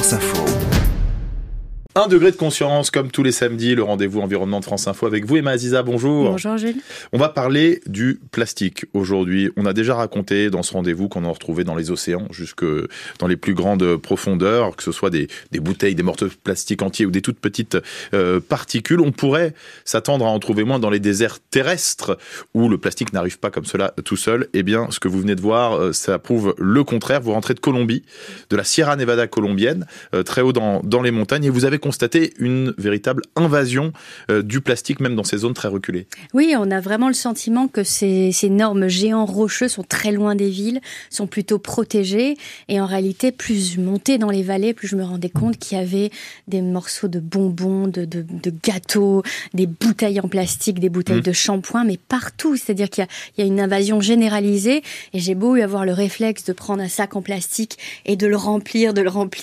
France Info. 1 degré de conscience, comme tous les samedis, le rendez-vous environnement de France Info avec vous, Emma Aziza, bonjour. Bonjour Gilles. On va parler du plastique aujourd'hui. On a déjà raconté dans ce rendez-vous qu'on en retrouvait dans les océans, jusque dans les plus grandes profondeurs, que ce soit des bouteilles, des morceaux de plastique entiers ou des toutes petites particules. On pourrait s'attendre à en trouver moins dans les déserts terrestres, où le plastique n'arrive pas comme cela tout seul. Eh bien, ce que vous venez de voir, ça prouve le contraire. Vous rentrez de Colombie, de la Sierra Nevada colombienne, très haut dans les montagnes, et vous avez constaté une véritable invasion du plastique, même dans ces zones très reculées. Oui, on a vraiment le sentiment que ces énormes géants rocheux sont très loin des villes, sont plutôt protégés. Et en réalité, plus je montais dans les vallées, plus je me rendais compte qu'il y avait des morceaux de bonbons, de gâteaux, des bouteilles en plastique, des bouteilles de shampoing, mais partout. C'est-à-dire qu'il y a une invasion généralisée. Et j'ai beau avoir le réflexe de prendre un sac en plastique et de le remplir.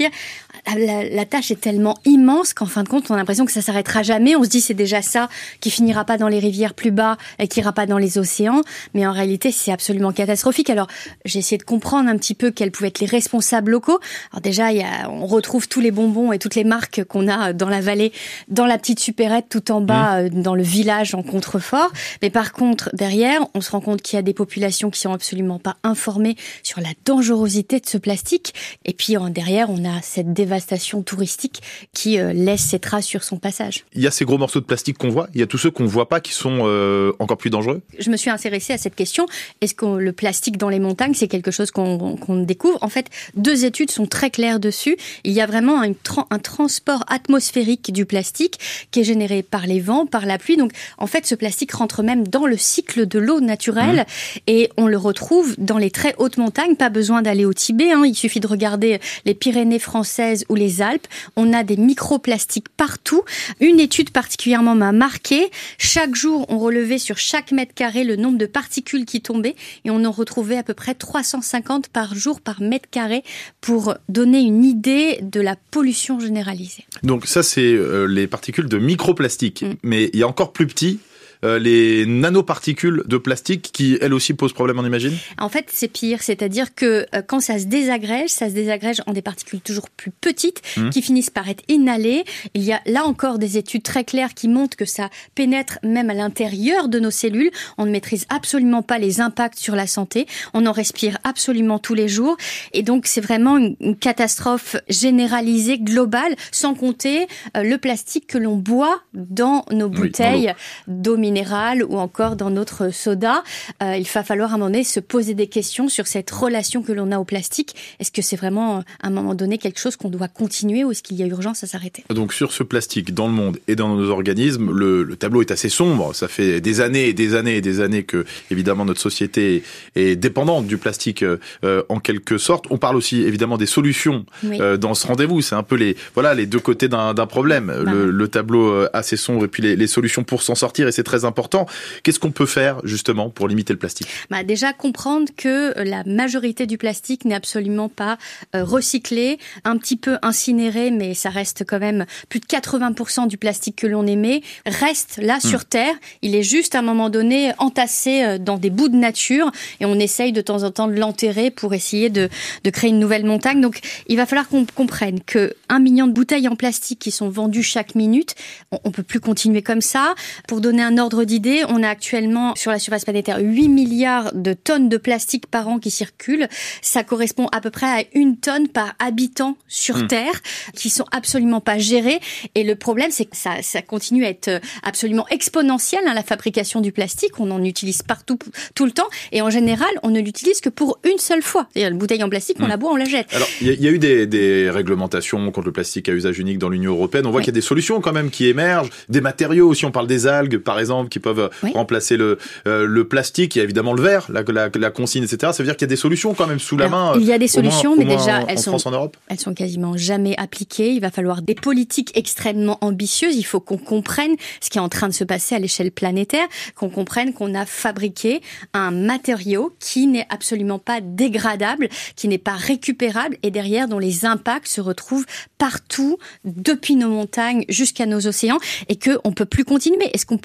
La tâche est tellement immense qu'en fin de compte, on a l'impression que ça s'arrêtera jamais. On se dit c'est déjà ça qui finira pas dans les rivières plus bas et qui ira pas dans les océans. Mais en réalité, c'est absolument catastrophique. Alors, j'ai essayé de comprendre un petit peu quels pouvaient être les responsables locaux. Alors déjà, on retrouve tous les bonbons et toutes les marques qu'on a dans la vallée, dans la petite supérette tout en bas, dans le village en contrefort. Mais par contre, derrière, on se rend compte qu'il y a des populations qui sont absolument pas informées sur la dangerosité de ce plastique. Et puis derrière, on a cette dévastation touristique qui laisse ses traces sur son passage. Il y a ces gros morceaux de plastique qu'on voit, il y a tous ceux qu'on ne voit pas qui sont encore plus dangereux. Je me suis intéressée à cette question. Est-ce que le plastique dans les montagnes, c'est quelque chose qu'on découvre ? En fait, 2 études sont très claires dessus. Il y a vraiment un transport atmosphérique du plastique qui est généré par les vents, par la pluie. Donc, en fait, ce plastique rentre même dans le cycle de l'eau naturelle et on le retrouve dans les très hautes montagnes. Pas besoin d'aller au Tibet, il suffit de regarder les Pyrénées françaises ou les Alpes. On a des microplastiques partout. Une étude particulièrement m'a marquée. Chaque jour, on relevait sur chaque mètre carré le nombre de particules qui tombaient et on en retrouvait à peu près 350 par jour par mètre carré pour donner une idée de la pollution généralisée. Donc ça, c'est les particules de microplastique. Mais il y a encore plus petit. Les nanoparticules de plastique qui, elles aussi, posent problème, on imagine ? En fait, c'est pire. C'est-à-dire que quand ça se désagrège en des particules toujours plus petites qui finissent par être inhalées. Il y a là encore des études très claires qui montrent que ça pénètre même à l'intérieur de nos cellules. On ne maîtrise absolument pas les impacts sur la santé. On en respire absolument tous les jours. Et donc, c'est vraiment une catastrophe généralisée, globale, sans compter le plastique que l'on boit dans nos bouteilles d'eau minérale ou encore dans notre soda. Il va falloir à un moment donné se poser des questions sur cette relation que l'on a au plastique. Est-ce que c'est vraiment à un moment donné quelque chose qu'on doit continuer ou est-ce qu'il y a urgence à s'arrêter ? Donc sur ce plastique dans le monde et dans nos organismes, le tableau est assez sombre. Ça fait des années et des années et des années que évidemment notre société est dépendante du plastique en quelque sorte. On parle aussi évidemment des solutions dans ce rendez-vous. C'est un peu les 2 côtés d'un problème. Le tableau assez sombre et puis les solutions pour s'en sortir, et c'est très important. Qu'est-ce qu'on peut faire justement pour limiter le plastique ? Déjà comprendre que la majorité du plastique n'est absolument pas recyclé, un petit peu incinéré, mais ça reste quand même plus de 80% du plastique que l'on émet reste là sur Terre. Il est juste à un moment donné entassé dans des bouts de nature et on essaye de temps en temps de l'enterrer pour essayer de créer une nouvelle montagne. Donc il va falloir qu'on comprenne que 1 million de bouteilles en plastique qui sont vendues chaque minute, on peut plus continuer comme ça. Pour donner un ordre d'idée, on a actuellement sur la surface planétaire 8 milliards de tonnes de plastique par an qui circulent. Ça correspond à peu près à 1 tonne par habitant sur Terre qui sont absolument pas gérés. Et le problème, c'est que ça continue à être absolument exponentiel, la fabrication du plastique. On en utilise partout, tout le temps. Et en général, on ne l'utilise que pour une seule fois. C'est-à-dire, une bouteille en plastique, on la boit, on la jette. Alors, il y a eu des réglementations contre le plastique à usage unique dans l'Union européenne. On voit qu'il y a des solutions quand même qui émergent. Des matériaux aussi, on parle des algues, par exemple, qui peuvent remplacer le plastique. Il y a évidemment le verre, la consigne, etc. Ça veut dire qu'il y a des solutions quand même sous la main. Il y a des solutions, mais déjà, elles sont quasiment jamais appliquées. Il va falloir des politiques extrêmement ambitieuses. Il faut qu'on comprenne ce qui est en train de se passer à l'échelle planétaire, qu'on comprenne qu'on a fabriqué un matériau qui n'est absolument pas dégradable, qui n'est pas récupérable et derrière dont les impacts se retrouvent partout, depuis nos montagnes jusqu'à nos océans et qu'on ne peut plus continuer. Est-ce qu'on ne pourrait pas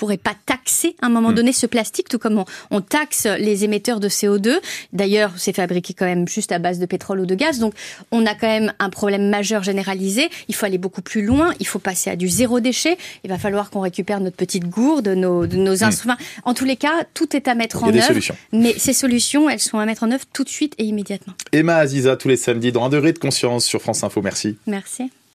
taxer à un moment donné ce plastique, tout comme on taxe les émetteurs de CO2. D'ailleurs, c'est fabriqué quand même juste à base de pétrole ou de gaz. Donc, on a quand même un problème majeur généralisé. Il faut aller beaucoup plus loin. Il faut passer à du zéro déchet. Il va falloir qu'on récupère notre petite gourde, nos instruments. En tous les cas, tout est à mettre en œuvre. Solutions. Mais ces solutions, elles sont à mettre en œuvre tout de suite et immédiatement. Emma Aziza, tous les samedis dans 1 degré de conscience sur France Info. Merci. Merci.